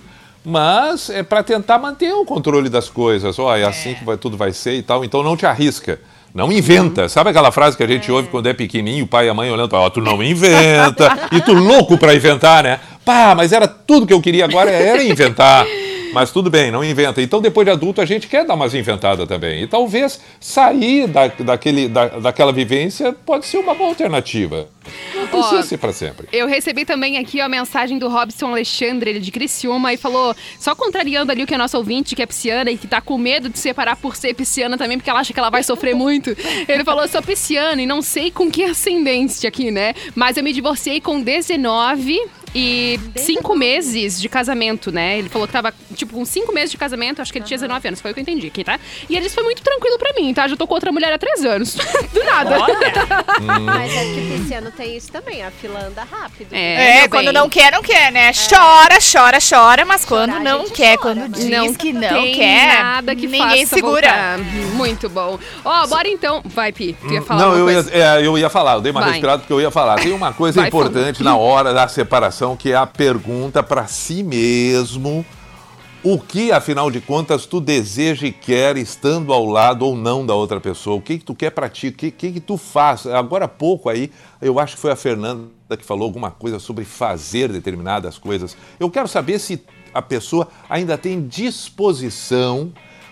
mas é para tentar manter o controle das coisas. Ó, é assim que vai, tudo vai ser e tal, então não te arrisca. Não inventa. Sabe aquela frase que a gente é. ouve quando é pequenininho, o pai e a mãe olhando para ó, tu não inventa. E tu louco para inventar, né? Pá, mas era tudo que eu queria agora, era inventar. Mas tudo bem, não inventa. Então, depois de adulto, a gente quer dar umas inventadas também. E talvez sair da, daquele, da, daquela vivência pode ser uma boa alternativa. Não precisa ser para sempre. Eu recebi também aqui a mensagem do Robson Alexandre, ele de Criciúma, e falou, só contrariando ali o que é nosso ouvinte, que é pisciana e que tá com medo de separar por ser pisciana também, porque ela acha que ela vai sofrer muito. Ele falou, sou pisciana e não sei com que ascendente aqui, né? Mas eu me divorciei com dezenove e cinco meses de casamento, né? Ele falou que tava, tipo, com cinco meses de casamento, acho que ele tinha dezenove anos, foi o que eu entendi aqui, tá? E ele disse, foi muito tranquilo pra mim, tá? Já tô com outra mulher há três anos. Do nada. hum. Mas é que pisciano tem isso também, a fila anda rápido. É, é quando não quer, não quer, né? É. Chora, chora, chora, mas quando Chorar, não quer, chora, quando mas diz não que não tem quer, nada que ninguém faça segura. Voltar. Muito bom. Ó, oh, bora então. Vai, Pi, tu ia falar Não, uma eu coisa. ia, é, eu ia falar, eu dei uma Vai. respirada porque eu ia falar. Tem uma coisa Vai, importante fala. na hora da separação, que é a pergunta para si mesmo. O que, afinal de contas, tu deseja e quer estando ao lado ou não da outra pessoa? O que que tu quer pra ti? O que que, que tu faz? Agora há pouco aí, eu acho que foi a Fernanda que falou alguma coisa sobre fazer determinadas coisas. Eu quero saber se a pessoa ainda tem disposição,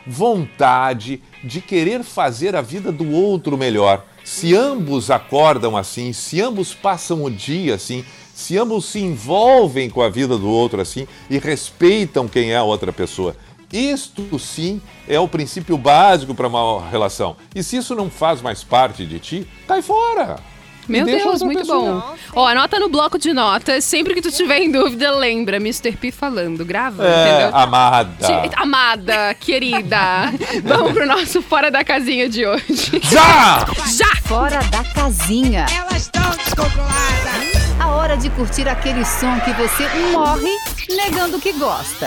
vontade de querer fazer a vida do outro melhor. Se ambos acordam assim, se ambos passam o dia assim, se ambos se envolvem com a vida do outro assim e respeitam quem é a outra pessoa. Isto sim é o princípio básico para uma relação. E se isso não faz mais parte de ti, cai fora. Meu Deus, muito pessoa. bom. Ó, anota no bloco de notas. Sempre que tu tiver em dúvida, lembra. mister P falando. Grava, é, entendeu? Amada. Amada, querida. Vamos pro nosso Fora da Casinha de hoje. Já! Já! Fora da Casinha. Elas estão descontroladas. A hora de curtir aquele som que você morre negando que gosta.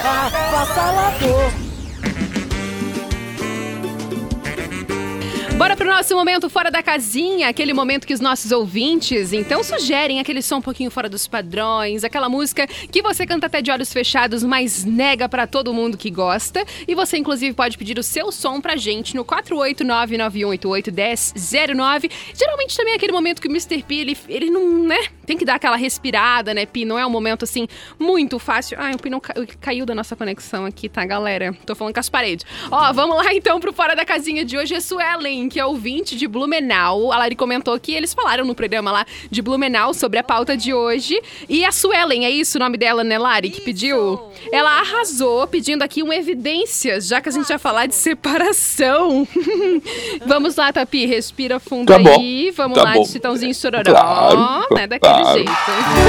Bora pro nosso momento Fora da Casinha, aquele momento que os nossos ouvintes, então, sugerem aquele som um pouquinho fora dos padrões, aquela música que você canta até de olhos fechados, mas nega pra todo mundo que gosta. E você, inclusive, pode pedir o seu som pra gente no quatro oito nove, nove um oito oito, um zero zero nove. Geralmente também é aquele momento que o mister P, ele, ele não, né, tem que dar aquela respirada, né, Pi? Não é um momento, assim, muito fácil. Ai, o Pi não ca... caiu da nossa conexão aqui, tá, galera? Tô falando com as paredes. Ó, vamos lá, então, pro Fora da Casinha de hoje. É Suelen, que é ouvinte de Blumenau. A Lari comentou que eles falaram no programa lá de Blumenau sobre a pauta de hoje. E a Suelen, é isso o nome dela, né, Lari, que pediu? Ela arrasou pedindo aqui um evidências, já que a gente vai falar de separação. Vamos lá, Tapi, respira fundo tá aí. Bom, Vamos tá lá, bom. de Chitãozinho Chororó, Claro, né, daquele claro. jeito.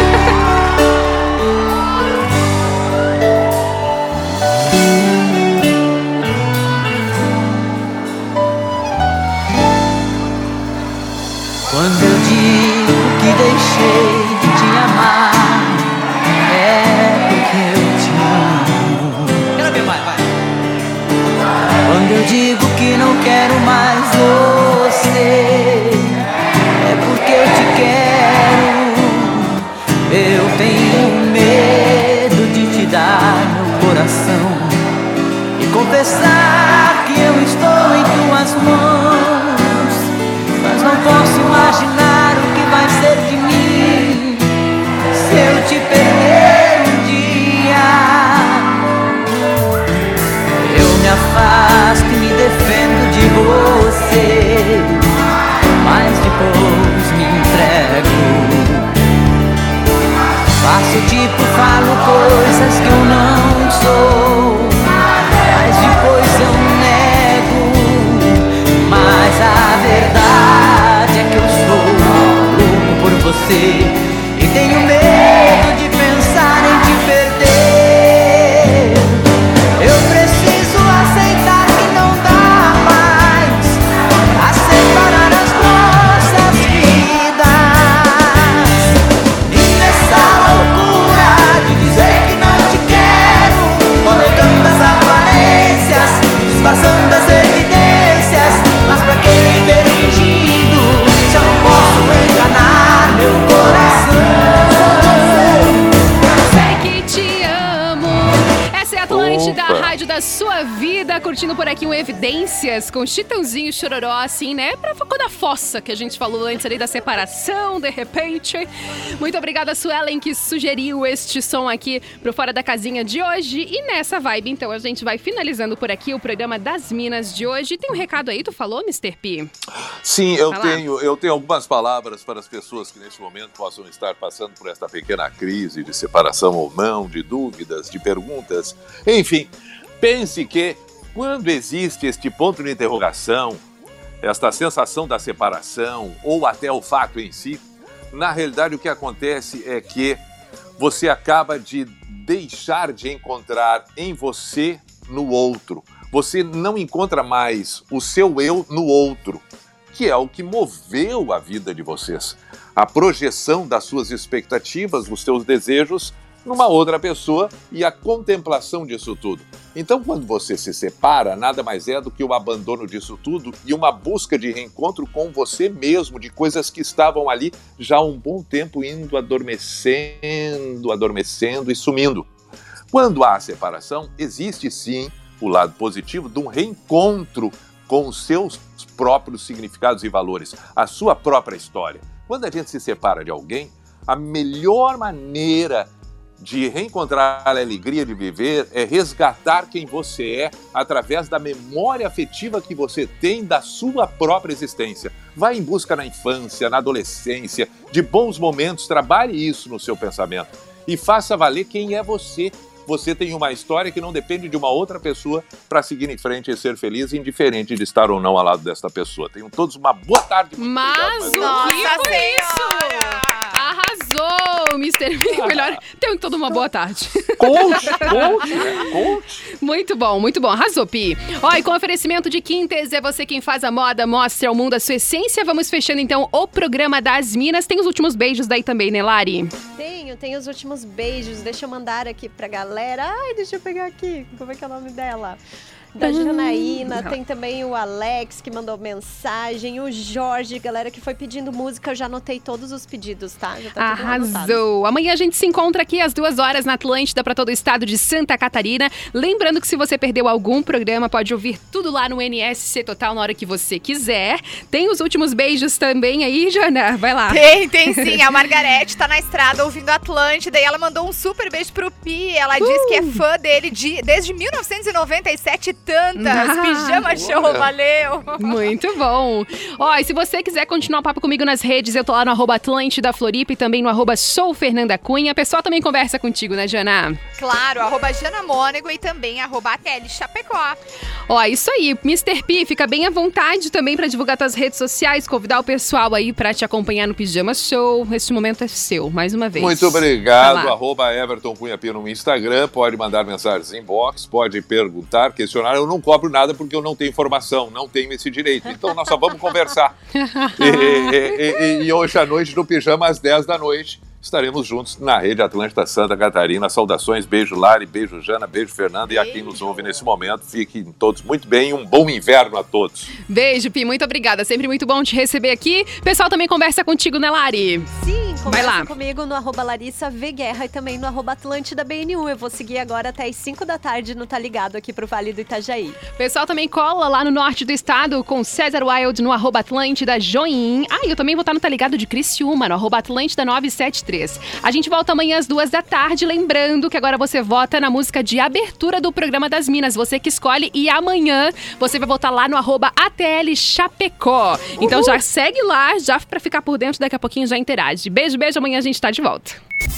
Quando eu digo que deixei de te amar, é porque eu te amo. Quero ver mais, vai. Quando eu digo que não quero mais você, é porque eu te quero. Eu tenho medo de te dar meu coração e confessar que eu estou em tuas mãos. Mas não posso imaginar o que vai ser de mim se eu te perder um dia. Eu me afasto e me defendo de você, mas depois me entrego. Faço tipo, falo coisas que eu não sou, mas depois eu nego. Mas a verdade é que eu sou louco por você e tenho medo de pensar em te perder. Eu preciso aceitar que não dá mais a separar as nossas vidas. E nessa loucura de dizer que não te quero, colocando as aparências, disfarçando as evidências. Mas pra que viver fingindo se eu não posso enganar meu coração? Sei que te amo. Essa é a da Sua Vida, curtindo por aqui um Evidências com Chitãozinho e Chororó, assim, né? Pra quando a fossa que a gente falou antes ali da separação, de repente. Muito obrigada, Suelen, que sugeriu este som aqui pro Fora da Casinha de hoje. E nessa vibe, então, a gente vai finalizando por aqui o programa das Minas de hoje. Tem um recado aí, tu falou, mister P? Sim, eu Vai lá. tenho, eu tenho algumas palavras para as pessoas que neste momento possam estar passando por esta pequena crise de separação ou não, de dúvidas, de perguntas. Enfim, pense que quando existe este ponto de interrogação, esta sensação da separação ou até o fato em si, na realidade o que acontece é que você acaba de deixar de encontrar em você no outro. Você não encontra mais o seu eu no outro, que é o que moveu a vida de vocês. A projeção das suas expectativas, dos seus desejos numa outra pessoa e a contemplação disso tudo. Então, quando você se separa, nada mais é do que o abandono disso tudo e uma busca de reencontro com você mesmo, de coisas que estavam ali já há um bom tempo indo adormecendo, adormecendo e sumindo. Quando há separação, existe sim o lado positivo de um reencontro com os seus próprios significados e valores, a sua própria história. Quando a gente se separa de alguém, a melhor maneira de reencontrar a alegria de viver é resgatar quem você é através da memória afetiva que você tem da sua própria existência. Vá em busca na infância, na adolescência, de bons momentos, trabalhe isso no seu pensamento e faça valer quem é você. Você tem uma história que não depende de uma outra pessoa para seguir em frente e ser feliz, indiferente de estar ou não ao lado desta pessoa. Tenham todos uma boa tarde. Mas o que foi isso? Arrasou, mister P. Melhor. Tenham toda uma boa tarde. Coach, coach, né? Coach. Muito bom, muito bom. Arrasou, Pi. Ó, e com oferecimento de Quintes, é você quem faz a moda, mostra ao mundo a sua essência. Vamos fechando, então, o programa das Minas. Tem os últimos beijos daí também, né, Lari? Tenho, tenho os últimos beijos. Deixa eu mandar aqui pra galera. Ai, deixa eu pegar aqui. Como é que é o nome dela? Da Janaína, tem também o Alex que mandou mensagem, o Jorge, galera que foi pedindo música, eu já anotei todos os pedidos, tá? Já tá tudo anotado. Arrasou! Amanhã a gente se encontra aqui às duas horas na Atlântida para todo o estado de Santa Catarina. Lembrando que se você perdeu algum programa, pode ouvir tudo lá no N S C Total na hora que você quiser. Tem os últimos beijos também aí, Jana? Vai lá. Tem, tem sim. A Margarete tá na estrada ouvindo Atlântida e ela mandou um super beijo pro Pi. Ela uh! diz que é fã dele de, desde mil novecentos e noventa e sete. Tantas, ah, pijama show, valeu! Muito bom! Ó, e se você quiser continuar o papo comigo nas redes, eu tô lá no arroba Atlântida Floripa e também no arroba Sou Fernanda Cunha. A pessoa também conversa contigo, né, Jana? Claro, arroba Jana Mônego e também arroba A T L Chapecó. Ó, isso aí, mister P, fica bem à vontade também pra divulgar tuas redes sociais, convidar o pessoal aí pra te acompanhar no Pijama Show. Este momento é seu, mais uma vez. Muito obrigado, arroba Everton Cunha P no Instagram, pode mandar mensagens em box, pode perguntar, questionar. Eu não cobro nada porque eu não tenho informação, não tenho esse direito. Então nós só vamos conversar. e, e, e, e hoje à noite, no Pijama, às dez da noite, estaremos juntos na Rede Atlântida Santa Catarina. Saudações, beijo Lari, beijo Jana, beijo Fernanda e a quem nos ouve nesse momento. Fiquem todos muito bem e um bom inverno a todos. Beijo, Pi, muito obrigada. Sempre muito bom te receber aqui. O pessoal também conversa contigo, né, Lari? Sim, Vai lá. conversa comigo no arroba Larissa V Guerra e também no arroba Atlântida B N U. Eu vou seguir agora até as cinco da tarde no Tá Ligado aqui pro Vale do Itajaí. O pessoal também cola lá no norte do estado com César Wild no arroba Atlântida Join. Ah, e eu também vou estar no Tá Ligado de Criciúma, no arroba Atlântida nove sete três. A gente volta amanhã às duas da tarde, lembrando que agora você vota na música de abertura do programa das Minas, você que escolhe, e amanhã você vai votar lá no arroba A T L Chapecó. Então já segue lá, já pra ficar por dentro, daqui a pouquinho já interage. Beijo, beijo, amanhã a gente tá de volta.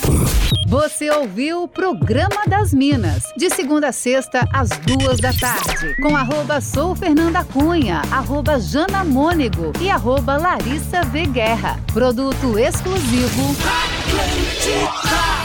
Você ouviu o Programa das Minas, de segunda a sexta, às duas da tarde, com arroba Sou Fernanda Cunha, arroba Jana Mônego e arroba Larissa V Guerra. Produto exclusivo Atlântica.